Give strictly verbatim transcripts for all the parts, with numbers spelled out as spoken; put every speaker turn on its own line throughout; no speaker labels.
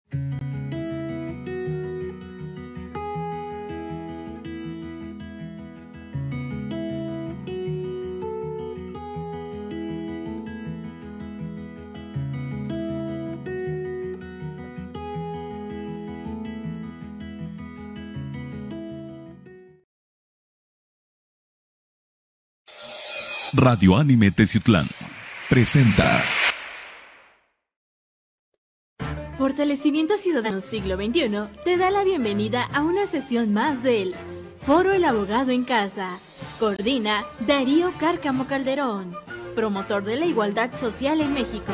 Radio Anime Teciutlán presenta
Fortalecimiento Ciudadano Siglo veintiuno te da la bienvenida a una sesión más del Foro El Abogado en Casa. Coordina Darío Cárcamo Calderón, promotor de la igualdad social en México.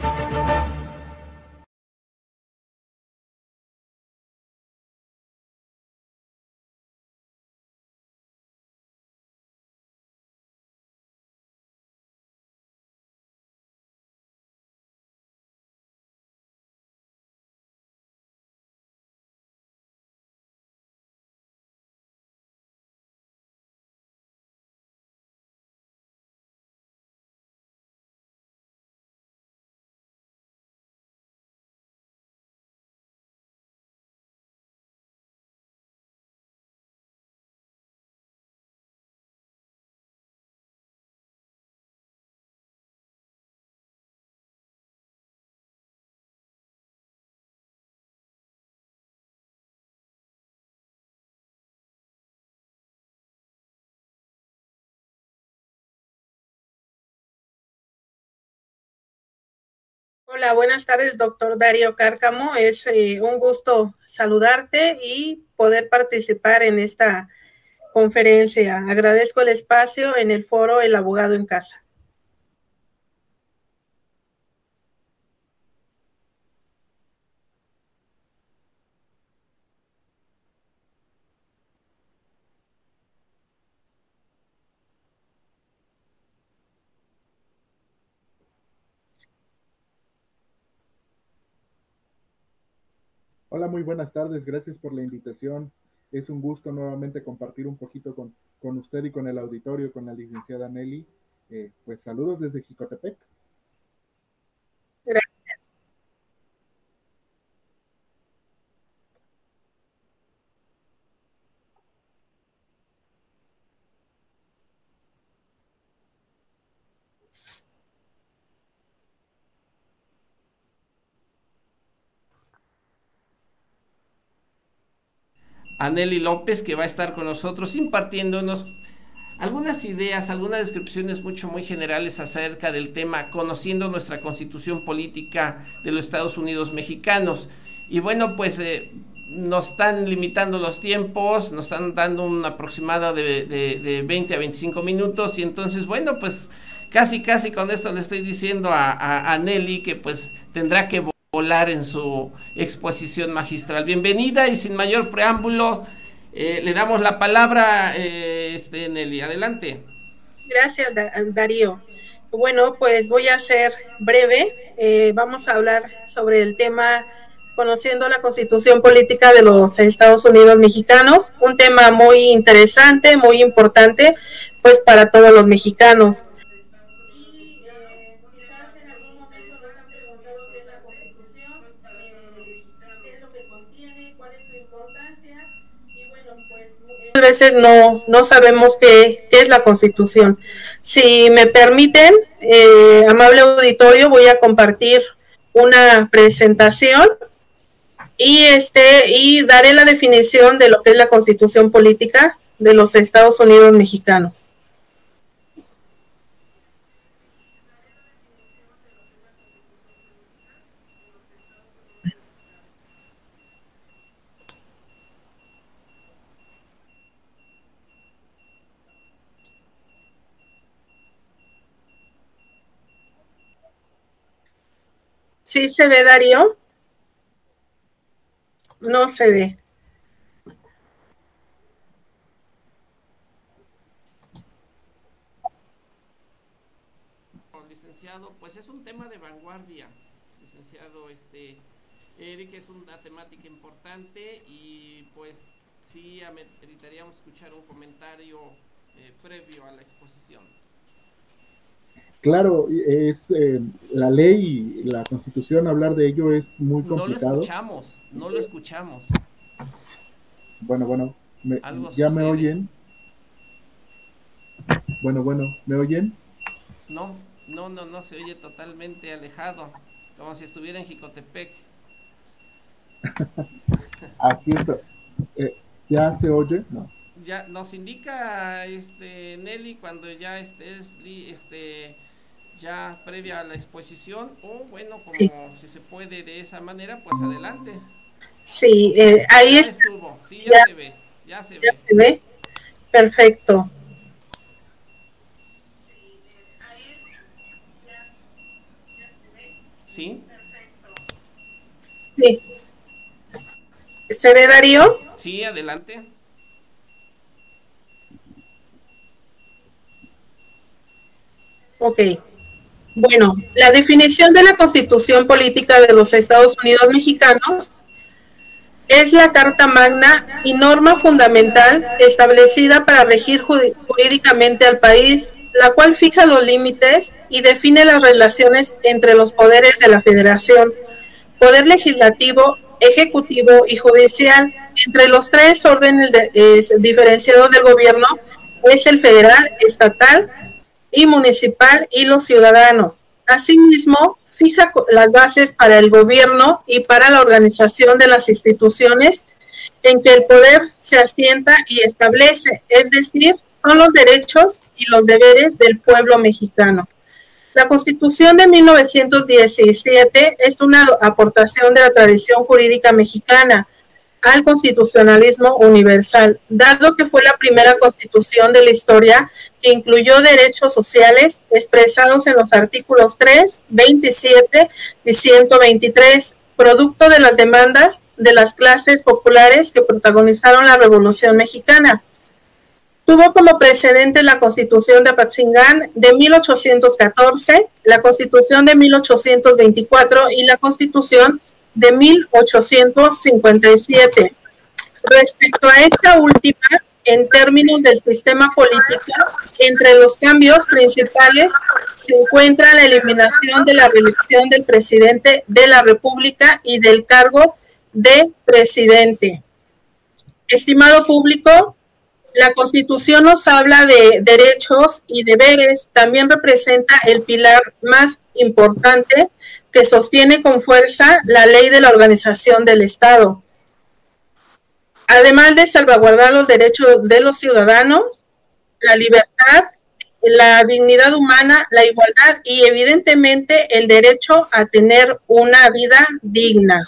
Hola, buenas tardes, doctor Darío Cárcamo. Es eh, un gusto saludarte y poder participar en esta conferencia. Agradezco el espacio en el foro El Abogado en Casa.
Hola, muy buenas tardes, gracias por la invitación. Es un gusto nuevamente compartir un poquito con, con usted y con el auditorio, con la licenciada Nelly. Eh, pues saludos desde Jicotepec.
Gracias.
A Nelly López, que va a estar con nosotros impartiéndonos algunas ideas, algunas descripciones mucho muy generales acerca del tema, conociendo nuestra constitución política de los Estados Unidos mexicanos. Y bueno, pues eh, nos están limitando los tiempos, nos están dando un aproximado de, de, de veinte a veinticinco minutos, y entonces, bueno, pues casi casi con esto le estoy diciendo a, a, a Nelly que pues tendrá que volar en su exposición magistral. Bienvenida, y sin mayor preámbulo, eh, le damos la palabra, eh, este, Nelly, adelante.
Gracias, Darío. Bueno, pues voy a ser breve. Eh, vamos a hablar sobre el tema conociendo la Constitución Política de los Estados Unidos Mexicanos, un tema muy interesante, muy importante, pues para todos los mexicanos. Muchas veces no, no sabemos qué, qué es la Constitución. Si me permiten, eh, amable auditorio, voy a compartir una presentación y este y daré la definición de lo que es la Constitución Política de los Estados Unidos Mexicanos. ¿Sí se ve, Darío? No se ve.
Licenciado, pues es un tema de vanguardia, licenciado, este, Eric, es una temática importante y pues sí ameritaríamos escuchar un comentario eh, previo a la exposición.
Claro, es eh, la ley y la Constitución, hablar de ello es muy complicado.
No lo escuchamos, no lo escuchamos.
Bueno, bueno, me, ¿ya sucede? ¿Me oyen? Bueno, bueno, ¿me oyen?
No, no, no, no, se oye totalmente alejado, como si estuviera en Jicotepec.
Así es, eh, ¿ya se oye? No.
Ya nos indica este Nelly cuando ya estés este ya previa a la exposición, o bueno, como sí. Si se puede de esa manera, pues adelante.
Sí, eh, ahí
ya
es,
estuvo, sí, ya, ya se ve, ya se
ya
ve.
se ve, perfecto.
¿Sí?
Sí. ¿Se ve, Darío?
Sí, adelante.
Ok. Bueno, la definición de la Constitución Política de los Estados Unidos Mexicanos es la Carta Magna y norma fundamental establecida para regir jurídicamente al país, la cual fija los límites y define las relaciones entre los poderes de la Federación, poder legislativo, ejecutivo y judicial. Entre los tres órdenes de, eh, diferenciados del gobierno es el federal, estatal y municipal y los ciudadanos. Asimismo, fija las bases para el gobierno y para la organización de las instituciones en que el poder se asienta y establece, es decir, son los derechos y los deberes del pueblo mexicano. La Constitución de mil novecientos diecisiete es una aportación de la tradición jurídica mexicana al constitucionalismo universal, dado que fue la primera constitución de la historia que incluyó derechos sociales expresados en los artículos tres, veintisiete y ciento veintitrés, producto de las demandas de las clases populares que protagonizaron la Revolución Mexicana. Tuvo como precedente la Constitución de Apatzingán de mil ochocientos catorce, la Constitución de mil ochocientos veinticuatro y la Constitución de mil ochocientos cincuenta y siete. Respecto a esta última, en términos del sistema político, entre los cambios principales se encuentra la eliminación de la reelección del presidente de la República y del cargo de presidente. Estimado público, la Constitución nos habla de derechos y deberes, también representa el pilar más importante que sostiene con fuerza la ley de la organización del Estado. Además de salvaguardar los derechos de los ciudadanos, la libertad, la dignidad humana, la igualdad y evidentemente el derecho a tener una vida digna.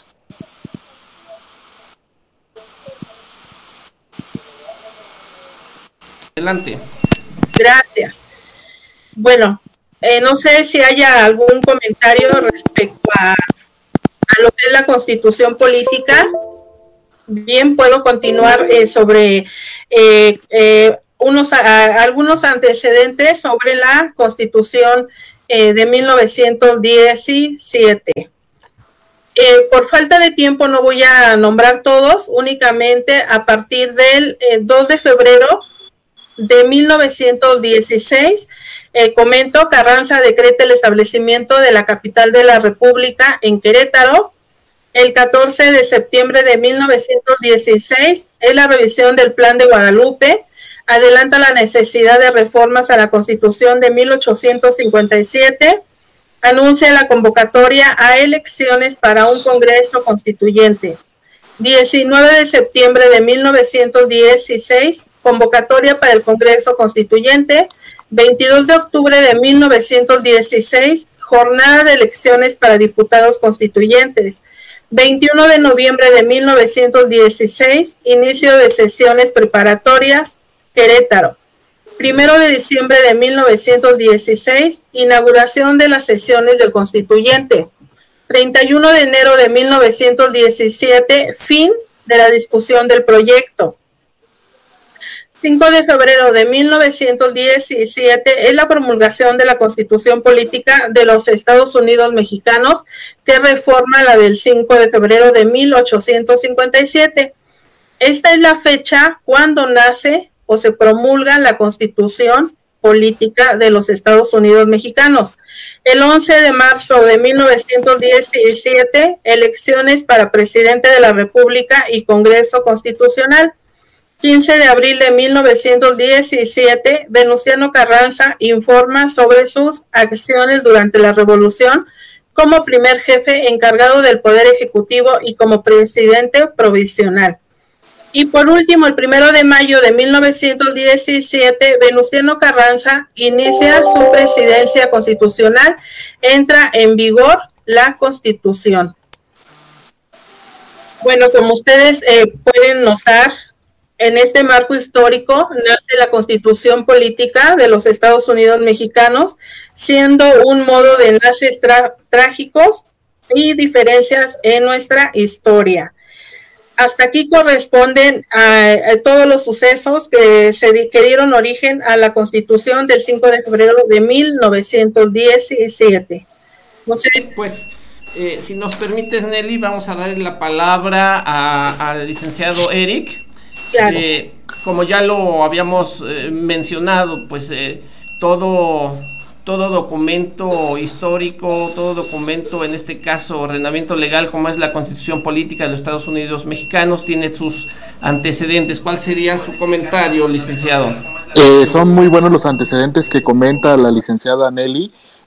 Adelante.
Gracias. Bueno, eh, no sé si haya algún comentario respecto a, a lo que es la Constitución Política. Bien, puedo continuar eh, sobre eh, eh, unos a, algunos antecedentes sobre la Constitución eh, de mil novecientos diecisiete. Eh, por falta de tiempo no voy a nombrar todos, únicamente a partir del eh, dos de febrero de mil novecientos dieciséis, eh, comento, Carranza decreta el establecimiento de la capital de la República en Querétaro. El catorce de septiembre de mil novecientos dieciséis es la revisión del Plan de Guadalupe, adelanta la necesidad de reformas a la Constitución de mil ochocientos cincuenta y siete, anuncia la convocatoria a elecciones para un Congreso Constituyente. diecinueve de septiembre de mil novecientos dieciséis, convocatoria para el Congreso Constituyente. veintidós de octubre de mil novecientos dieciséis, jornada de elecciones para diputados constituyentes. veintiuno de noviembre de mil novecientos dieciséis, inicio de sesiones preparatorias, Querétaro. primero de diciembre de mil novecientos dieciséis, inauguración de las sesiones del Constituyente. treinta y uno de enero de mil novecientos diecisiete, fin de la discusión del proyecto. cinco de febrero de mil novecientos diecisiete es la promulgación de la Constitución Política de los Estados Unidos Mexicanos, que reforma la del cinco de febrero de mil ochocientos cincuenta y siete. Esta es la fecha cuando nace o se promulga la Constitución política de los Estados Unidos mexicanos. El once de marzo de mil novecientos diecisiete, elecciones para presidente de la República y Congreso Constitucional. quince de abril de mil novecientos diecisiete, Venustiano Carranza informa sobre sus acciones durante la Revolución como primer jefe encargado del Poder Ejecutivo y como presidente provisional. Y por último, el primero de mayo de mil novecientos diecisiete, Venustiano Carranza inicia su presidencia constitucional, entra en vigor la Constitución. Bueno, como ustedes eh, pueden notar, en este marco histórico nace la Constitución Política de los Estados Unidos Mexicanos, siendo un modo de enlaces trágicos y diferencias en nuestra historia. Hasta aquí corresponden a, a todos los sucesos que, se, que dieron origen a la Constitución del cinco de febrero de mil novecientos diecisiete. No sé.
Pues, eh, si nos permites, Nelly, vamos a darle la palabra al licenciado Eric.
Claro.
Eh, como ya lo habíamos eh, mencionado, pues eh, todo, todo documento histórico, todo documento, en este caso ordenamiento legal, como es la Constitución Política de los Estados Unidos Mexicanos, tiene sus antecedentes. ¿Cuál sería su comentario, licenciado?
Eh, son muy buenos los antecedentes que comenta la licenciada Nelly.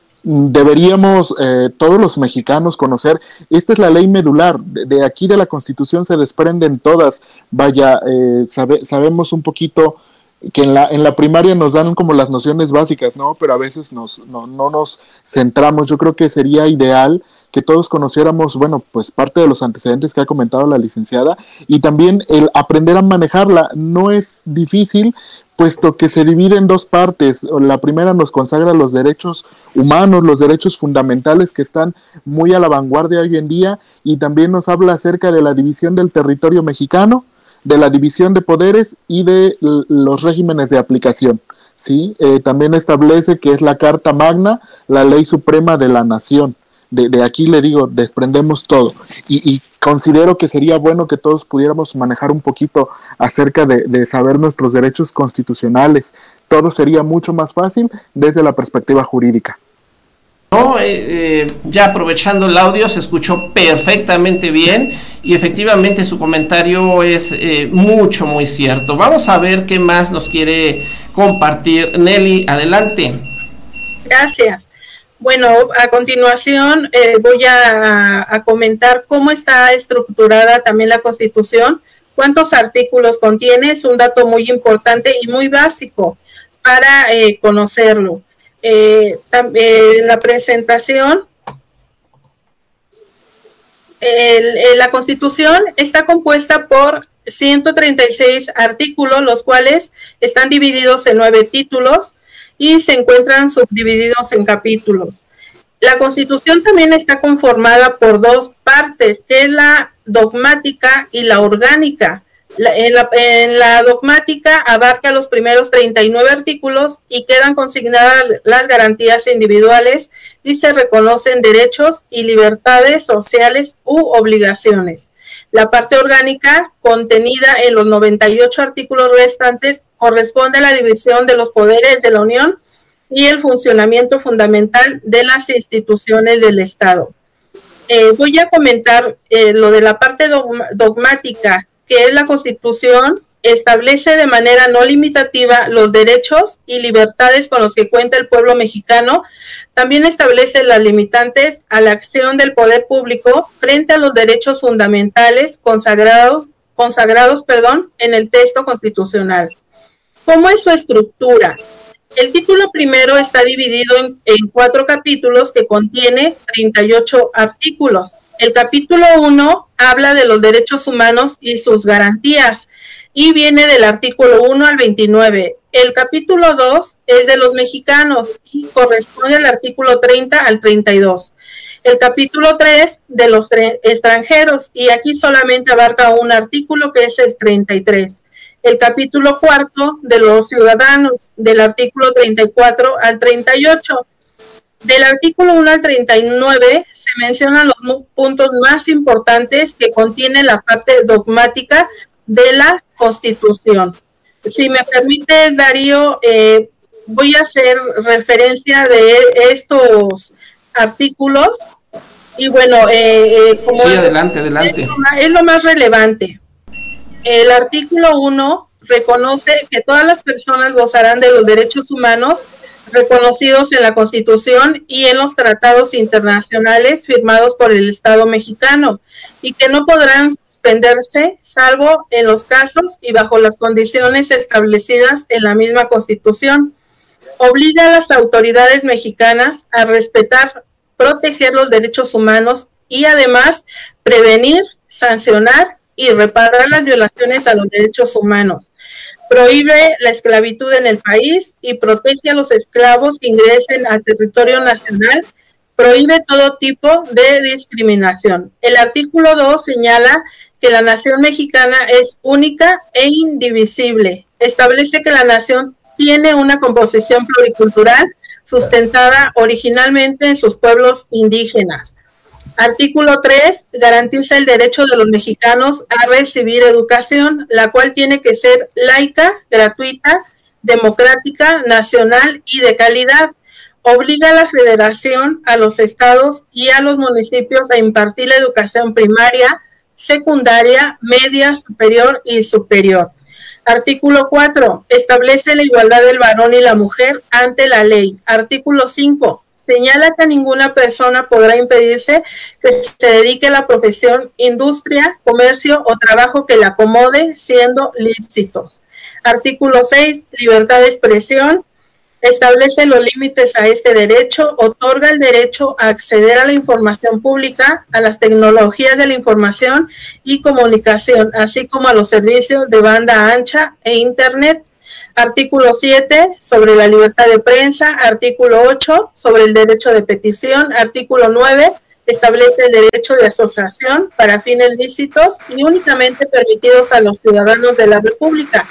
Deberíamos eh, todos los mexicanos conocer, esta es la ley medular, de, de aquí de la Constitución se desprenden todas, vaya, eh, sabe, sabemos un poquito que en la, en la primaria nos dan como las nociones básicas, ¿no? Pero a veces nos, no, no nos centramos. Yo creo que sería ideal que todos conociéramos, bueno, pues parte de los antecedentes que ha comentado la licenciada, y también el aprender a manejarla. No es difícil, puesto que se divide en dos partes. La primera nos consagra los derechos humanos, los derechos fundamentales que están muy a la vanguardia hoy en día, y también nos habla acerca de la división del territorio mexicano, de la división de poderes y de los regímenes de aplicación, ¿sí? Eh, también establece que es la Carta Magna, la ley suprema de la nación. De, de aquí le digo, desprendemos todo, y, y considero que sería bueno que todos pudiéramos manejar un poquito acerca de, de saber nuestros derechos constitucionales. Todo sería mucho más fácil desde la perspectiva jurídica.
No, eh, eh, ya aprovechando el audio, se escuchó perfectamente bien y efectivamente su comentario es eh, mucho, muy cierto. Vamos a ver qué más nos quiere compartir. Nelly, adelante.
Gracias. Bueno, a continuación eh, voy a, a comentar cómo está estructurada también la Constitución, cuántos artículos contiene. Es un dato muy importante y muy básico para eh, conocerlo. Eh, eh, la presentación, el, el, la Constitución está compuesta por ciento treinta y seis artículos, los cuales están divididos en nueve títulos y se encuentran subdivididos en capítulos. La Constitución también está conformada por dos partes, que es la dogmática y la orgánica. La, en, la, en la dogmática abarca los primeros treinta y nueve artículos y quedan consignadas las garantías individuales y se reconocen derechos y libertades sociales u obligaciones. La parte orgánica, contenida en los noventa y ocho artículos restantes, corresponde a la división de los poderes de la Unión y el funcionamiento fundamental de las instituciones del Estado. Eh, voy a comentar eh, lo de la parte dogma, dogmática, que es la Constitución, establece de manera no limitativa los derechos y libertades con los que cuenta el pueblo mexicano. También establece las limitantes a la acción del poder público frente a los derechos fundamentales consagrados, consagrados perdón, en el texto constitucional. ¿Cómo es su estructura? El título primero está dividido en, en cuatro capítulos que contiene treinta y ocho artículos. El capítulo uno habla de los derechos humanos y sus garantías y viene del artículo uno al veintinueve. El capítulo dos es de los mexicanos y corresponde al artículo treinta al treinta y dos. El capítulo tres de los extranjeros y aquí solamente abarca un artículo que es el treinta y tres. El capítulo cuarto de los ciudadanos del artículo treinta y cuatro al treinta y ocho. Del artículo uno al treinta y nueve se mencionan los puntos más importantes que contiene la parte dogmática de la Constitución. Si me permites, Darío, eh, voy a hacer referencia de estos artículos y bueno, eh, eh, como
sí, adelante, adelante.
Es lo, más, es lo más relevante. El artículo uno reconoce que todas las personas gozarán de los derechos humanos reconocidos en la Constitución y en los tratados internacionales firmados por el Estado mexicano y que no podrán suspenderse salvo en los casos y bajo las condiciones establecidas en la misma Constitución. Obliga a las autoridades mexicanas a respetar, proteger los derechos humanos y además prevenir, sancionar y reparar las violaciones a los derechos humanos. Prohíbe la esclavitud en el país y protege a los esclavos que ingresen al territorio nacional. Prohíbe todo tipo de discriminación. El artículo dos señala que la nación mexicana es única e indivisible. Establece que la nación tiene una composición pluricultural sustentada originalmente en sus pueblos indígenas. Artículo tres, garantiza el derecho de los mexicanos a recibir educación, la cual tiene que ser laica, gratuita, democrática, nacional y de calidad. Obliga a la Federación, a los estados y a los municipios a impartir la educación primaria, secundaria, media, superior y superior. Artículo cuatro, establece la igualdad del varón y la mujer ante la ley. Artículo cinco, señala que ninguna persona podrá impedirse que se dedique a la profesión, industria, comercio o trabajo que le acomode, siendo lícitos. Artículo seis, libertad de expresión. Establece los límites a este derecho, otorga el derecho a acceder a la información pública, a las tecnologías de la información y comunicación, así como a los servicios de banda ancha e internet. Artículo siete, sobre la libertad de prensa. Artículo ocho, sobre el derecho de petición. Artículo nueve, establece el derecho de asociación para fines lícitos y únicamente permitidos a los ciudadanos de la República.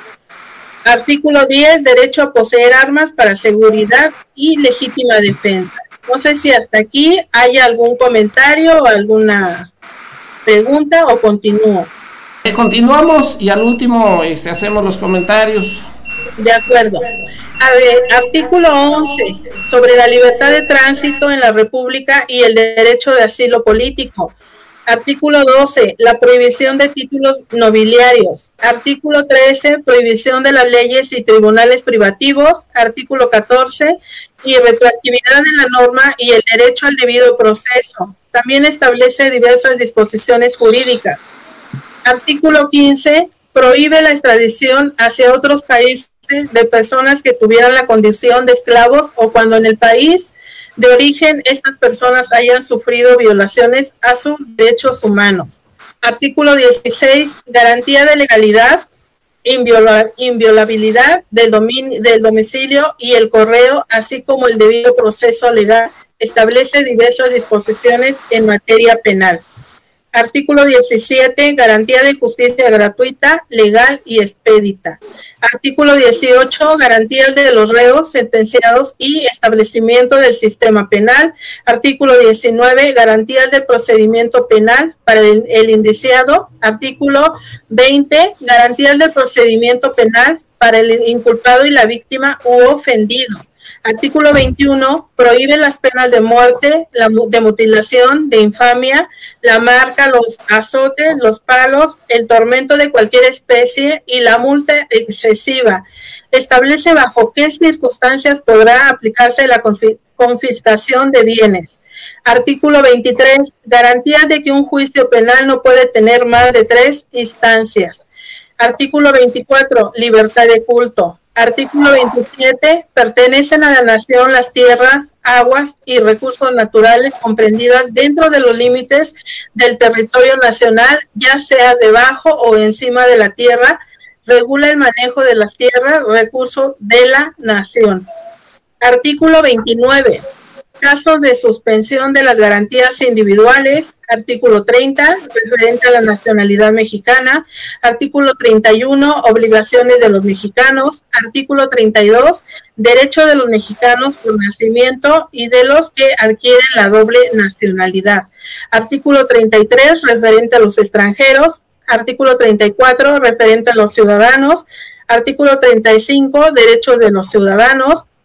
Artículo diez, derecho a poseer armas para seguridad y legítima defensa. No sé si hasta aquí hay algún comentario o alguna pregunta o continúo.
Eh, continuamos y al último este, hacemos los comentarios.
De acuerdo. A ver, artículo once, sobre la libertad de tránsito en la República y el derecho de asilo político. Artículo doce, la prohibición de títulos nobiliarios. Artículo trece, prohibición de las leyes y tribunales privativos. Artículo catorce, y retroactividad de la norma y el derecho al debido proceso. También establece diversas disposiciones jurídicas. Artículo quince, prohíbe la extradición hacia otros países de personas que tuvieran la condición de esclavos o cuando en el país de origen estas personas hayan sufrido violaciones a sus derechos humanos. Artículo dieciséis, garantía de legalidad, inviola, inviolabilidad del, domin, del domicilio y el correo, así como el debido proceso legal. Establece diversas disposiciones en materia penal. Artículo diecisiete, garantía de justicia gratuita, legal y expedita. Artículo dieciocho, garantías de los reos sentenciados y establecimiento del sistema penal. Artículo diecinueve, garantías del procedimiento penal para el, el indiciado. Artículo veinte, garantías del procedimiento penal para el inculpado y la víctima u ofendido. Artículo veintiuno, prohíbe las penas de muerte, la, de mutilación, de infamia, la marca, los azotes, los palos, el tormento de cualquier especie y la multa excesiva. Establece bajo qué circunstancias podrá aplicarse la confiscación de bienes. Artículo veintitrés, garantías de que un juicio penal no puede tener más de tres instancias. Artículo veinticuatro, libertad de culto. Artículo veintisiete, pertenecen a la nación las tierras, aguas y recursos naturales comprendidas dentro de los límites del territorio nacional, ya sea debajo o encima de la tierra. Regula el manejo de las tierras, recursos de la nación. Artículo veintinueve, casos de suspensión de las garantías individuales. Artículo treinta, referente a la nacionalidad mexicana. Artículo treinta y uno, obligaciones de los mexicanos. Artículo treinta y dos, derecho de los mexicanos por nacimiento y de los que adquieren la doble nacionalidad. Artículo treinta y tres, referente a los extranjeros. Artículo treinta y cuatro, referente a los ciudadanos. Artículo treinta y cinco, derechos de los ciudadanos.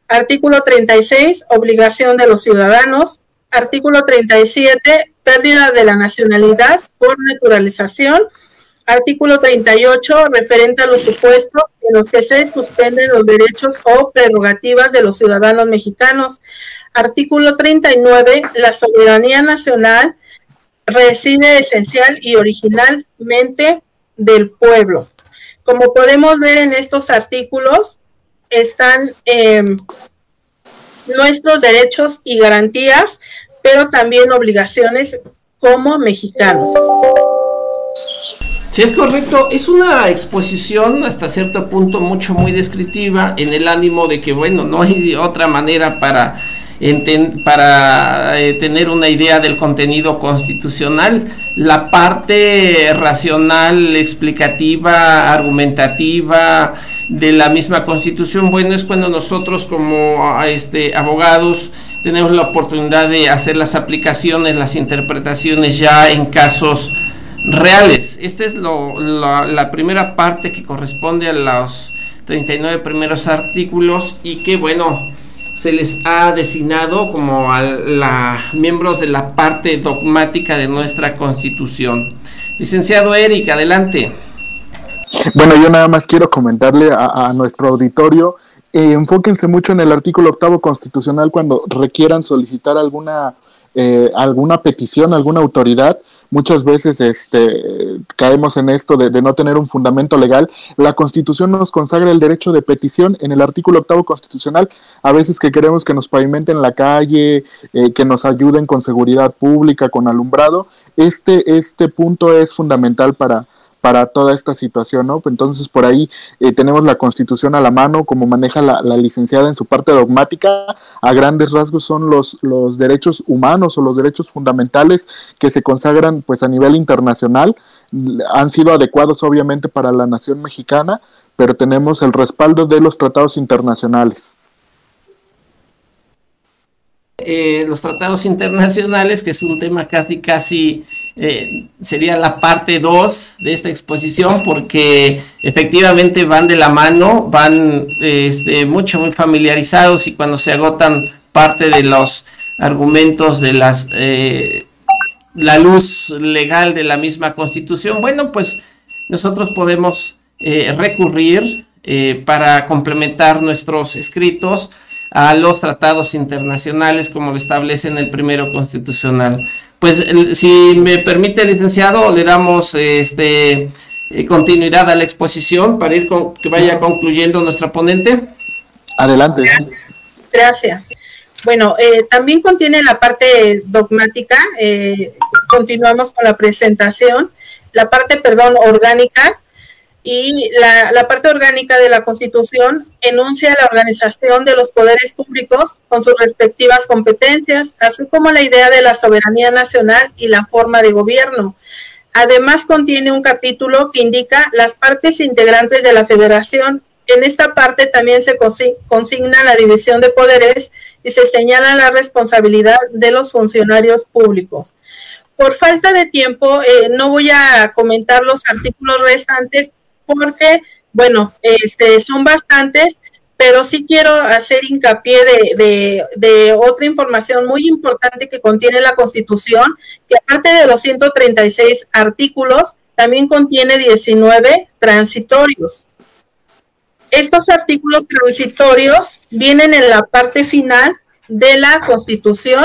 Artículo treinta y seis, obligación de los ciudadanos. Artículo treinta y siete, pérdida de la nacionalidad por naturalización. Artículo treinta y ocho, referente a los supuestos en los que se suspenden los derechos o prerrogativas de los ciudadanos mexicanos. Artículo treinta y nueve, la soberanía nacional reside esencial y originalmente del pueblo. Como podemos ver en estos artículos, están eh, nuestros derechos y garantías, pero también obligaciones como mexicanos.
Sí, es correcto. Es una exposición hasta cierto punto mucho, muy descriptiva, en el ánimo de que, bueno, no hay otra manera para, enten, para eh, tener una idea del contenido constitucional. La parte racional, explicativa, argumentativa de la misma Constitución, bueno, es cuando nosotros como este, abogados tenemos la oportunidad de hacer las aplicaciones, las interpretaciones ya en casos reales. Esta es lo, la, la primera parte que corresponde a los treinta y nueve primeros artículos y que, bueno, se les ha designado como a la miembros de la parte dogmática de nuestra Constitución. Licenciado Eric, adelante.
Bueno, yo nada más quiero comentarle a, a nuestro auditorio, eh, enfóquense mucho en el artículo octavo constitucional cuando requieran solicitar alguna, eh, alguna petición, alguna autoridad. Muchas veces este, caemos en esto de, de no tener un fundamento legal. La Constitución nos consagra el derecho de petición en el artículo octavo constitucional. A veces que queremos que nos pavimenten la calle, eh, que nos ayuden con seguridad pública, con alumbrado. Este, este punto es fundamental para, para toda esta situación, ¿no? Entonces, por ahí eh, tenemos la Constitución a la mano, como maneja la, la licenciada en su parte dogmática. A grandes rasgos son los, los derechos humanos o los derechos fundamentales que se consagran pues a nivel internacional. Han sido adecuados obviamente para la nación mexicana, pero tenemos el respaldo de los tratados internacionales.
Eh, los tratados internacionales, que es un tema casi casi eh, sería la parte dos de esta exposición, porque efectivamente van de la mano, van este, mucho muy familiarizados, y cuando se agotan parte de los argumentos de las eh, la luz legal de la misma Constitución, bueno, pues nosotros podemos eh, recurrir eh, para complementar nuestros escritos a los tratados internacionales, como lo establece en el primero constitucional. Pues, el, si me permite, licenciado, le damos este eh, continuidad a la exposición para ir con, que vaya concluyendo nuestra ponente.
Adelante.
Gracias. Bueno, eh, también contiene la parte dogmática. Eh, continuamos con la presentación. La parte, perdón, orgánica. Y la, la parte orgánica de la Constitución enuncia la organización de los poderes públicos con sus respectivas competencias, así como la idea de la soberanía nacional y la forma de gobierno. Además, contiene un capítulo que indica las partes integrantes de la Federación. En esta parte también se consigna la división de poderes y se señala la responsabilidad de los funcionarios públicos. Por falta de tiempo, eh, no voy a comentar los artículos restantes, porque, bueno, este, son bastantes, pero sí quiero hacer hincapié de, de, de otra información muy importante que contiene la Constitución, que aparte de los ciento treinta y seis artículos, también contiene diecinueve transitorios. Estos artículos transitorios vienen en la parte final de la Constitución,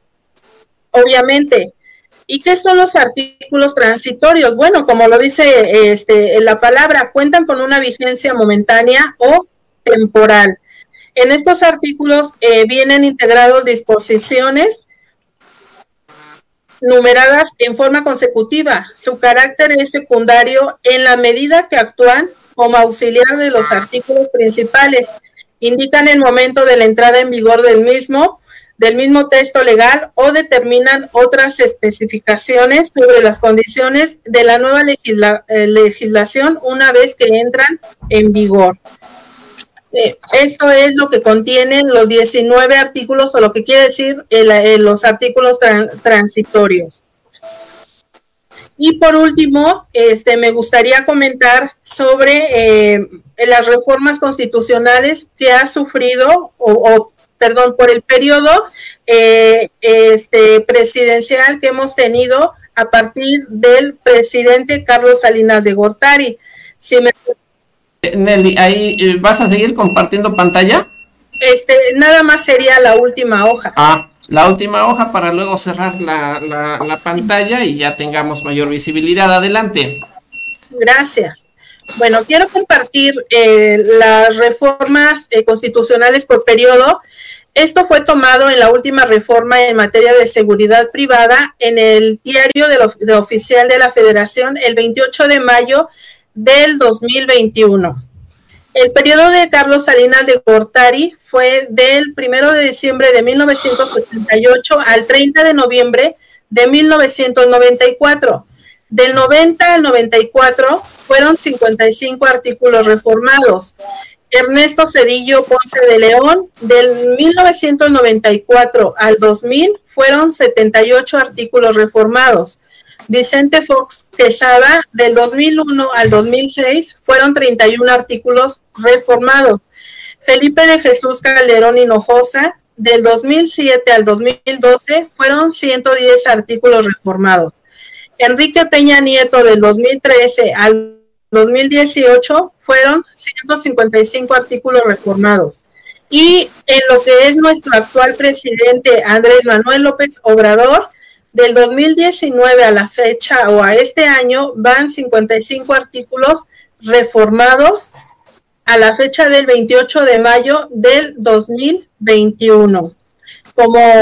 obviamente. ¿Y qué son los artículos transitorios? Bueno, como lo dice este, la palabra, cuentan con una vigencia momentánea o temporal. En estos artículos eh, vienen integrados disposiciones numeradas en forma consecutiva. Su carácter es secundario en la medida que actúan como auxiliar de los artículos principales. Indican el momento de la entrada en vigor del mismo, del mismo texto legal, o determinan otras especificaciones sobre las condiciones de la nueva legisla eh, legislación una vez que entran en vigor. Eh, esto es lo que contienen los diecinueve artículos, o lo que quiere decir el, el, los artículos tran transitorios. Y por último, este, me gustaría comentar sobre eh, las reformas constitucionales que ha sufrido, o, o perdón, por el periodo eh, este, presidencial que hemos tenido a partir del presidente Carlos Salinas de Gortari. Si me...
Nelly, ¿ahí vas a seguir compartiendo pantalla?
Este, nada más sería la última hoja.
Ah, la última hoja para luego cerrar la, la, la pantalla y ya tengamos mayor visibilidad. Adelante.
Gracias. Bueno, quiero compartir eh, las reformas eh, constitucionales por periodo. Esto fue tomado en la última reforma en materia de seguridad privada en el diario de, lo, de oficial de la Federación el veintiocho de mayo del dos mil veintiuno. El periodo de Carlos Salinas de Gortari fue del primero de diciembre de mil novecientos ochenta y ocho al treinta de noviembre de mil novecientos noventa y cuatro. Del noventa al noventa y cuatro fueron cincuenta y cinco artículos reformados. Ernesto Zedillo Ponce de León, del mil novecientos noventa y cuatro al dos mil fueron setenta y ocho artículos reformados. Vicente Fox Quesada, del dos mil uno al dos mil seis, fueron treinta y uno artículos reformados. Felipe de Jesús Calderón Hinojosa, del dos mil siete al dos mil doce, fueron ciento diez artículos reformados. Enrique Peña Nieto, del dos mil trece al dos mil dieciocho, fueron ciento cincuenta y cinco artículos reformados. Y en lo que es nuestro actual presidente, Andrés Manuel López Obrador, del dos mil diecinueve a la fecha o a este año van cincuenta y cinco artículos reformados a la fecha del veintiocho de mayo del dos mil veintiuno. Como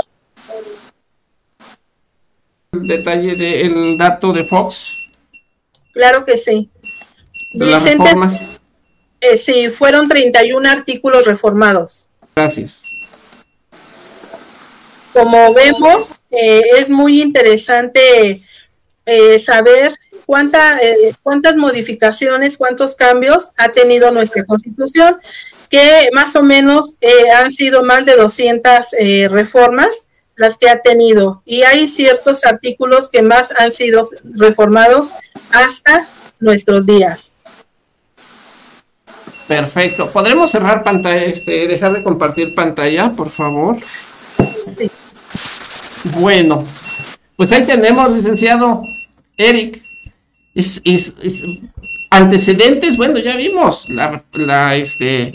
el detalle del dato de Fox.
Claro que sí.
De las
Vicente,
reformas.
Eh, sí, fueron treinta y uno artículos reformados.
Gracias.
Como vemos, eh, es muy interesante eh, saber cuánta, eh, cuántas modificaciones, cuántos cambios ha tenido nuestra Constitución, que más o menos eh, han sido más de doscientas eh, reformas las que ha tenido, y hay ciertos artículos que más han sido reformados hasta nuestros días.
Perfecto. ¿Podremos cerrar pantalla, este, dejar de compartir pantalla, por favor?
Sí.
Bueno, pues ahí tenemos, licenciado Eric. Es, es, es, antecedentes, bueno, ya vimos la, la, este,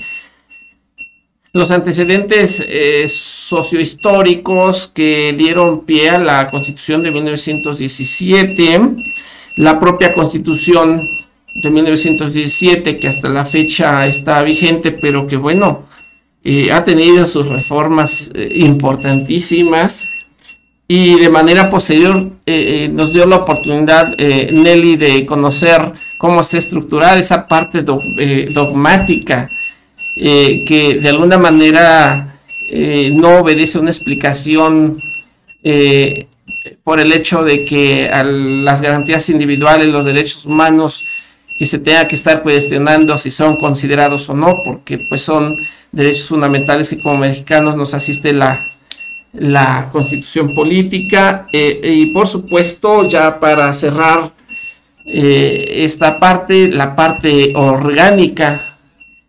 los antecedentes eh, sociohistóricos que dieron pie a la Constitución de mil novecientos diecisiete, la propia Constitución de mil novecientos diecisiete, que hasta la fecha está vigente, pero que bueno, eh, ha tenido sus reformas eh, importantísimas. Y de manera posterior eh, eh, nos dio la oportunidad, eh, Nelly, de conocer cómo se estructurar esa parte do, eh, dogmática, eh, que de alguna manera eh, no obedece una explicación eh, por el hecho de que a las garantías individuales, los derechos humanos, que se tenga que estar cuestionando si son considerados o no, porque pues son derechos fundamentales que como mexicanos nos asiste la la Constitución política. Eh, y por supuesto, ya para cerrar eh, esta parte, la parte orgánica,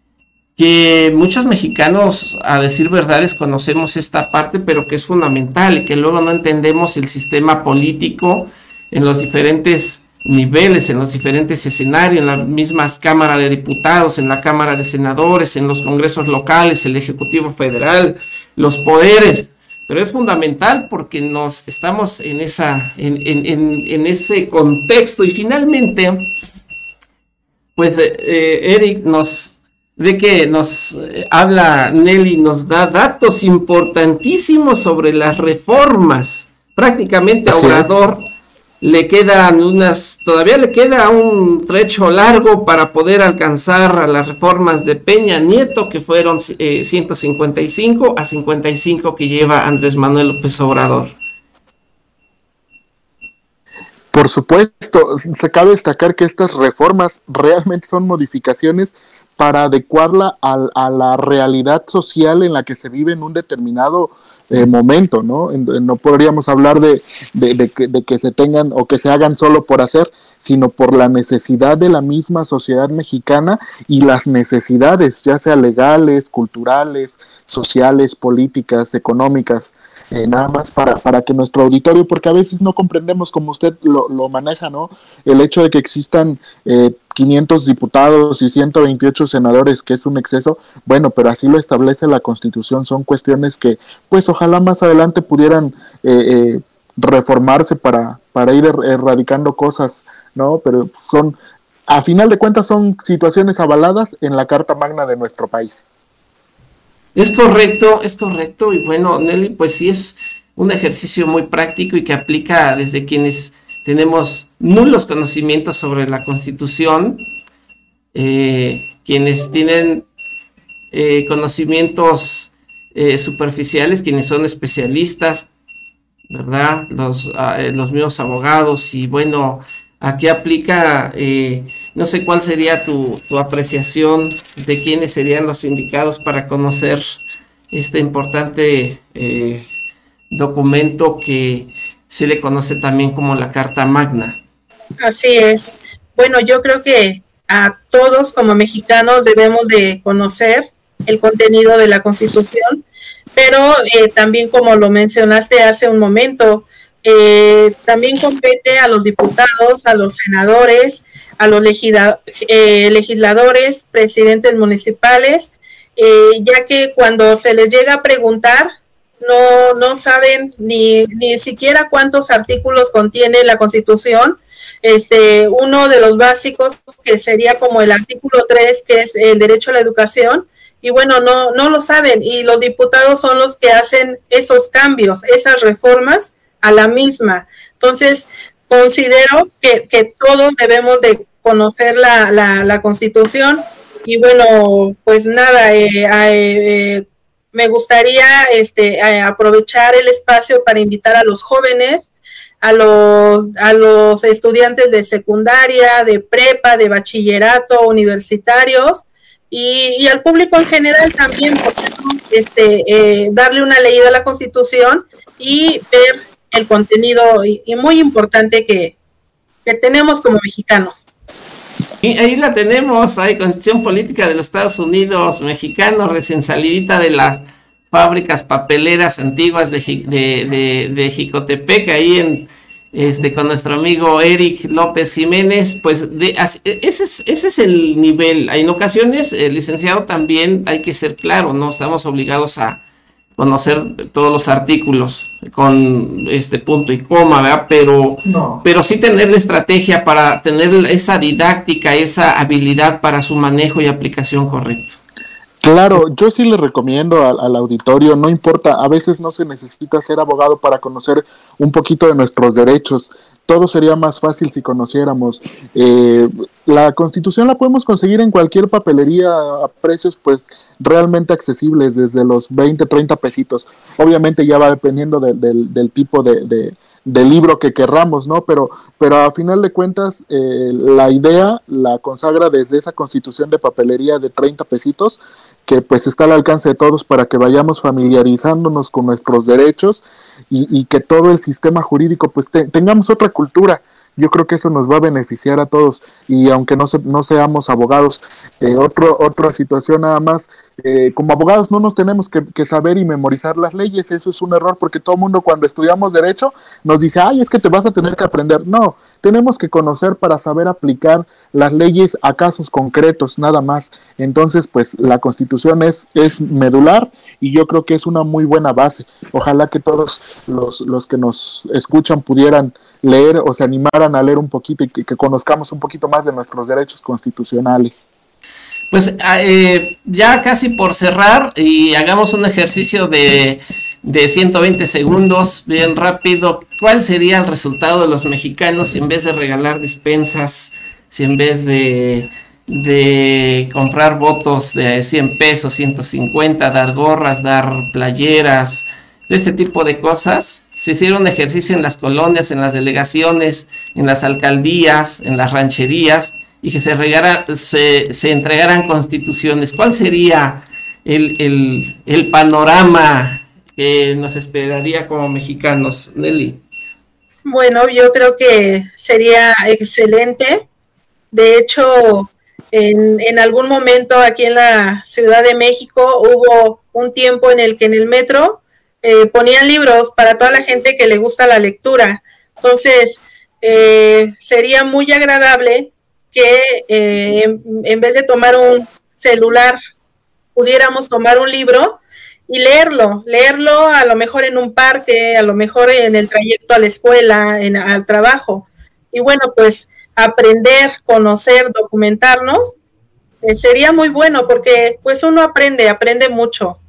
que muchos mexicanos, a decir verdades, conocemos esta parte, pero que es fundamental y que luego no entendemos el sistema político en los diferentes niveles, en los diferentes escenarios, en las mismas Cámara de Diputados, en la Cámara de Senadores, en los congresos locales, el Ejecutivo Federal, los poderes. Pero es fundamental porque nos estamos en, esa, en, en, en, en ese contexto. Y finalmente, pues eh, Eric nos ve que nos eh, habla, Nelly nos da datos importantísimos sobre las reformas. Prácticamente a Obrador le quedan unas, todavía le queda un trecho largo para poder alcanzar a las reformas de Peña Nieto, que fueron eh, ciento cincuenta y cinco a cincuenta y cinco que lleva Andrés Manuel López Obrador.
Por supuesto, se cabe destacar que estas reformas realmente son modificaciones para adecuarla a, a la realidad social en la que se vive en un determinado eh, momento, ¿no? No podríamos hablar de, de, de, que, de que se tengan o que se hagan solo por hacer, sino por la necesidad de la misma sociedad mexicana y las necesidades, ya sea legales, culturales, sociales, políticas, económicas, eh, nada más para, para que nuestro auditorio, porque a veces no comprendemos como usted lo, lo maneja, ¿no? El hecho de que existan eh, quinientos diputados y ciento veintiocho senadores, que es un exceso, bueno, pero así lo establece la Constitución, son cuestiones que, pues ojalá más adelante pudieran eh, eh, reformarse para, para ir er, erradicando cosas, ¿no? Pero son, a final de cuentas, son situaciones avaladas en la Carta Magna de nuestro país.
Es correcto, es correcto, y bueno, Nelly, pues sí es un ejercicio muy práctico y que aplica desde quienes tenemos nulos conocimientos sobre la Constitución, eh, quienes tienen eh, conocimientos eh, superficiales, quienes son especialistas, ¿verdad? Los, eh, los mismos abogados, y bueno, aquí aplica, eh, no sé cuál sería tu, tu apreciación de quiénes serían los indicados para conocer este importante eh, documento que se le conoce también como la Carta Magna.
Así es. Bueno, yo creo que a todos como mexicanos debemos de conocer el contenido de la Constitución, pero eh, también, como lo mencionaste hace un momento, eh, también compete a los diputados, a los senadores, a los legisla eh, legisladores, presidentes municipales, eh, ya que cuando se les llega a preguntar, no, no saben ni, ni siquiera cuántos artículos contiene la Constitución. Este, uno de los básicos, que sería como el artículo tres, que es el derecho a la educación, y bueno, no, no lo saben, y los diputados son los que hacen esos cambios, esas reformas a la misma. Entonces, considero que, que todos debemos de conocer la, la, la Constitución, y bueno, pues nada, eh, eh, me gustaría este, eh, aprovechar el espacio para invitar a los jóvenes, a los, a los estudiantes de secundaria, de prepa, de bachillerato, universitarios, y, y al público en general también, este, eh, darle una leída a la Constitución y ver el contenido y, y muy importante que, que tenemos como mexicanos.
Y ahí la tenemos, hay Constitución Política de los Estados Unidos Mexicanos, recién salidita de las fábricas papeleras antiguas de, de, de, de Jicotepec, ahí en este con nuestro amigo Eric López Jiménez. Pues de, ese, es, ese es el nivel. En ocasiones, el licenciado, también hay que ser claro, no estamos obligados a conocer todos los artículos con este punto y coma, ¿verdad? Pero, no. pero sí tener la estrategia para tener esa didáctica, esa habilidad para su manejo y aplicación correcto.
Claro, yo sí le recomiendo al, al auditorio, no importa, a veces no se necesita ser abogado para conocer un poquito de nuestros derechos. Todo sería más fácil si conociéramos. Eh, la Constitución la podemos conseguir en cualquier papelería a precios pues realmente accesibles, desde los veinte, treinta pesitos. Obviamente ya va dependiendo de, de, del tipo de, de, de libro que querramos, ¿no? Pero, pero a final de cuentas eh, la idea la consagra desde esa Constitución de papelería de treinta pesitos, que pues está al alcance de todos para que vayamos familiarizándonos con nuestros derechos y, y que todo el sistema jurídico pues te, tengamos otra cultura. Yo creo que eso nos va a beneficiar a todos, y aunque no, se, no seamos abogados, eh, otro, otra situación nada más, eh, como abogados no nos tenemos que, que saber y memorizar las leyes. Eso es un error, porque todo el mundo cuando estudiamos derecho nos dice, ay, es que te vas a tener que aprender. No, tenemos que conocer para saber aplicar las leyes a casos concretos, nada más. Entonces, pues la Constitución es, es medular, y yo creo que es una muy buena base. Ojalá que todos los, los que nos escuchan pudieran leer o se animaran a leer un poquito y que, que conozcamos un poquito más de nuestros derechos constitucionales.
Pues eh, ya casi por cerrar, y hagamos un ejercicio de, de ciento veinte segundos, bien rápido. ¿Cuál sería el resultado de los mexicanos si en vez de regalar despensas, si en vez de, de comprar votos de cien pesos, ciento cincuenta, dar gorras, dar playeras, de ese tipo de cosas, se hiciera un ejercicio en las colonias, en las delegaciones, en las alcaldías, en las rancherías, y que se, regara, se, se entregaran constituciones? ¿Cuál sería el, el, el panorama que nos esperaría como mexicanos, Nelly?
Bueno, yo creo que sería excelente. De hecho, en, en algún momento aquí en la Ciudad de México hubo un tiempo en el que en el metro eh, ponían libros para toda la gente que le gusta la lectura. Entonces, eh, sería muy agradable que eh, en, en vez de tomar un celular, pudiéramos tomar un libro y leerlo, leerlo a lo mejor en un parque, a lo mejor en el trayecto a la escuela, en, al trabajo. Y bueno, pues aprender, conocer, documentarnos, eh, sería muy bueno porque pues uno aprende, aprende mucho.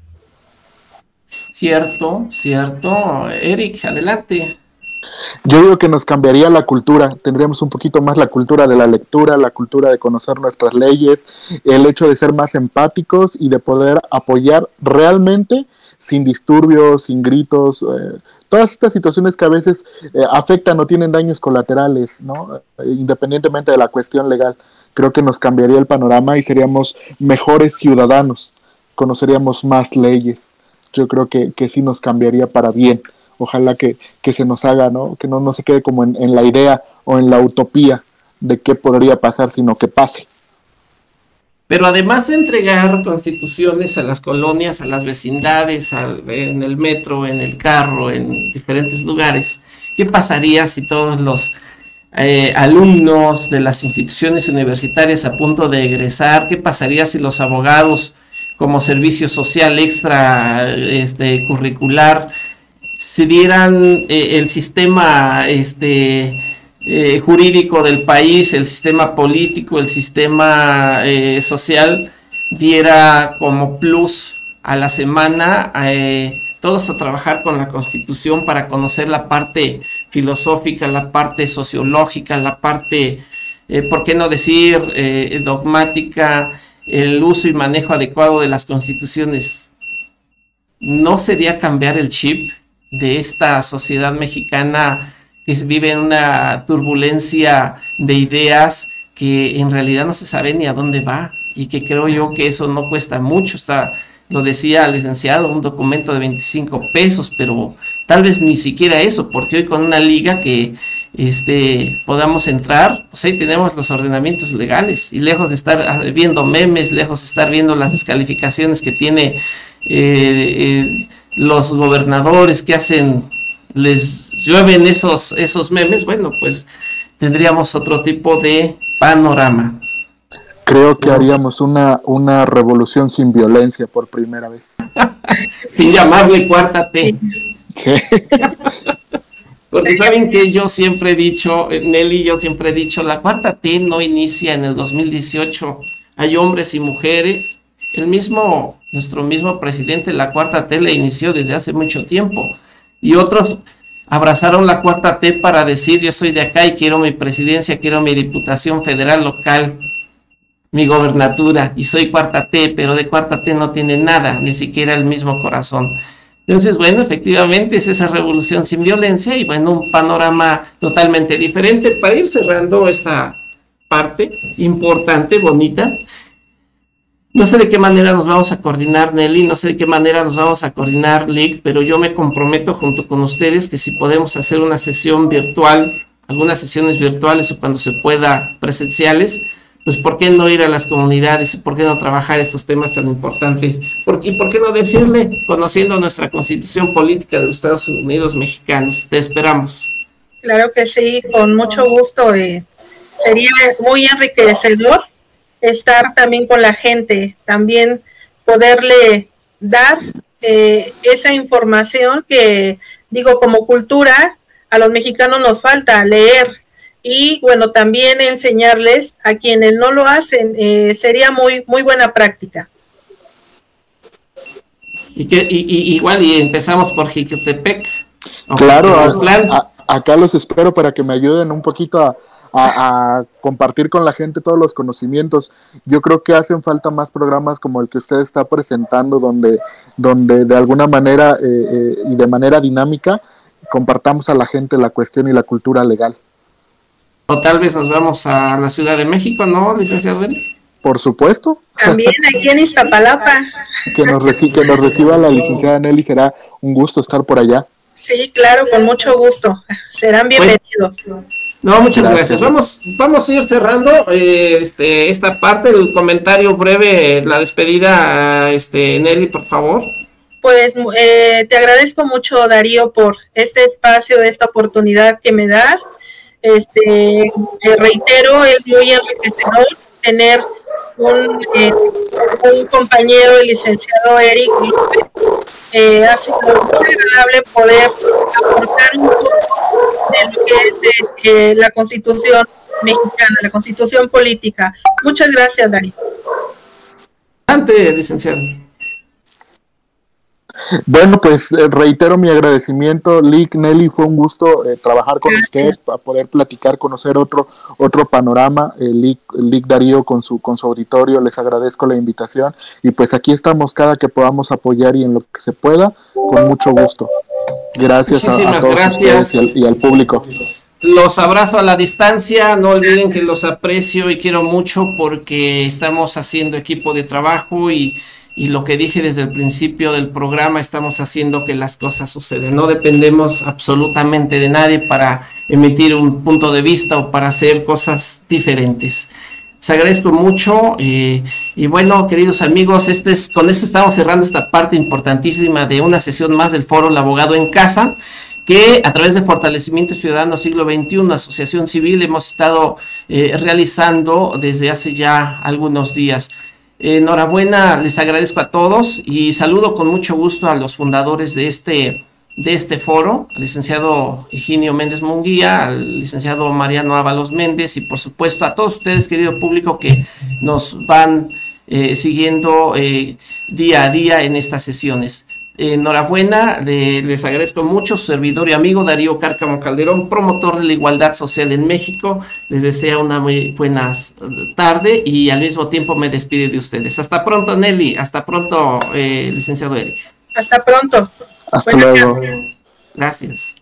Cierto, cierto. Eric, adelante.
Yo digo que nos cambiaría la cultura, tendríamos un poquito más la cultura de la lectura, la cultura de conocer nuestras leyes, el hecho de ser más empáticos y de poder apoyar realmente sin disturbios, sin gritos, eh, todas estas situaciones que a veces eh, afectan o tienen daños colaterales, ¿no? Independientemente de la cuestión legal. Creo que nos cambiaría el panorama y seríamos mejores ciudadanos, conoceríamos más leyes. Yo creo que, que sí nos cambiaría para bien. Ojalá que, que se nos haga, ¿no? Que no, no se quede como en, en la idea o en la utopía de qué podría pasar, sino que pase.
Pero además de entregar constituciones a las colonias, a las vecindades, a, en el metro, en el carro, en diferentes lugares, ¿qué pasaría si todos los eh, alumnos de las instituciones universitarias a punto de egresar, qué pasaría si los abogados como servicio social extra este, curricular, si dieran eh, el sistema este, eh, jurídico del país, el sistema político, el sistema eh, social, diera como plus a la semana eh, todos a trabajar con la Constitución para conocer la parte filosófica, la parte sociológica, la parte, eh, ¿por qué no decir, eh, dogmática, el uso y manejo adecuado de las constituciones? ¿No sería cambiar el chip de esta sociedad mexicana que vive en una turbulencia de ideas que en realidad no se sabe ni a dónde va? Y que creo yo que eso no cuesta mucho. Está, lo decía el licenciado, un documento de veinticinco pesos, pero tal vez ni siquiera eso, porque hoy con una liga que este, podamos entrar, pues ahí tenemos los ordenamientos legales, y lejos de estar viendo memes, lejos de estar viendo las descalificaciones que tiene eh, eh, los gobernadores que hacen, les llueven esos, esos memes, bueno, pues tendríamos otro tipo de panorama.
Creo que haríamos una, una revolución sin violencia por primera vez.
Sin llamarle cuarta T.
Sí.
Porque saben que yo siempre he dicho, Nelly, yo siempre he dicho, la cuarta T no inicia en el dos mil dieciocho. Hay hombres y mujeres. El mismo, nuestro mismo presidente, la cuarta T la inició desde hace mucho tiempo. Y otros abrazaron la cuarta T para decir, yo soy de acá y quiero mi presidencia, quiero mi diputación federal local, mi gobernatura, y soy cuarta T, pero de cuarta T no tiene nada, ni siquiera el mismo corazón. Entonces, bueno, efectivamente es esa revolución sin violencia y bueno, un panorama totalmente diferente. Para ir cerrando esta parte importante, bonita, no sé de qué manera nos vamos a coordinar, Nelly, no sé de qué manera nos vamos a coordinar, Lick, pero yo me comprometo junto con ustedes que si podemos hacer una sesión virtual, algunas sesiones virtuales o cuando se pueda presenciales, pues ¿por qué no ir a las comunidades? ¿Por qué no trabajar estos temas tan importantes? ¿Por qué, ¿por qué no decirle, conociendo nuestra constitución política de los Estados Unidos mexicanos? Te esperamos.
Claro que sí, con mucho gusto. Eh, sería muy enriquecedor estar también con la gente, también poderle dar eh, esa información que, digo, como cultura, a los mexicanos nos falta leer. Y bueno, también enseñarles a quienes no lo hacen, eh, sería muy muy buena práctica.
Y que y, y, igual y empezamos por Jiquotepec.
Claro, a, a, acá los espero para que me ayuden un poquito a, a, a compartir con la gente todos los conocimientos. Yo creo que hacen falta más programas como el que usted está presentando, donde, donde de alguna manera eh, eh, y de manera dinámica compartamos a la gente la cuestión y la cultura legal.
O tal vez nos vamos a la Ciudad de México, ¿no, licenciado?
Por supuesto.
También aquí en Iztapalapa.
Que nos, reci que nos reciba la licenciada Nelly, será un gusto estar por allá.
Sí, claro, con mucho gusto. Serán bienvenidos.
Bueno, no, muchas gracias. gracias. Vamos, vamos a ir cerrando eh, este, esta parte del comentario breve, la despedida, este, Nelly, por favor.
Pues eh, te agradezco mucho, Darío, por este espacio, esta oportunidad que me das. Este, eh, reitero, es muy enriquecedor tener un, eh, un compañero, el licenciado Eric López. Eh, ha sido muy agradable poder aportar un poco de lo que es eh, la Constitución mexicana, la Constitución política. Muchas gracias, Darío.
Adelante, licenciado.
Bueno, pues eh, reitero mi agradecimiento, Lic, Nelly, fue un gusto eh, trabajar con Gracias. usted, para poder platicar, conocer otro otro panorama, eh, Lic, Lic Darío con su con su auditorio, les agradezco la invitación y pues aquí estamos cada que podamos apoyar y en lo que se pueda, con mucho gusto. Gracias a, a todos
gracias.
ustedes y al, y al público.
Los abrazo a la distancia, no olviden que los aprecio y quiero mucho porque estamos haciendo equipo de trabajo y Y lo que dije desde el principio del programa, estamos haciendo que las cosas sucedan. No dependemos absolutamente de nadie para emitir un punto de vista o para hacer cosas diferentes. Les agradezco mucho. Eh, y bueno, queridos amigos, este es, con esto estamos cerrando esta parte importantísima de una sesión más del Foro El Abogado en Casa, que a través de Fortalecimiento Ciudadano Siglo veintiuno, Asociación Civil, hemos estado eh, realizando desde hace ya algunos días. Enhorabuena, les agradezco a todos y saludo con mucho gusto a los fundadores de este, de este foro, al licenciado Higinio Méndez Munguía, al licenciado Mariano Ábalos Méndez y por supuesto a todos ustedes, querido público, que nos van eh, siguiendo eh, día a día en estas sesiones. Enhorabuena, de, les agradezco mucho, su servidor y amigo Darío Cárcamo Calderón, promotor de la igualdad social en México. Les deseo una muy buena tarde y al mismo tiempo me despido de ustedes. Hasta pronto, Nelly, hasta pronto, eh, licenciado Eric.
Hasta pronto.
Hasta luego.
Gracias.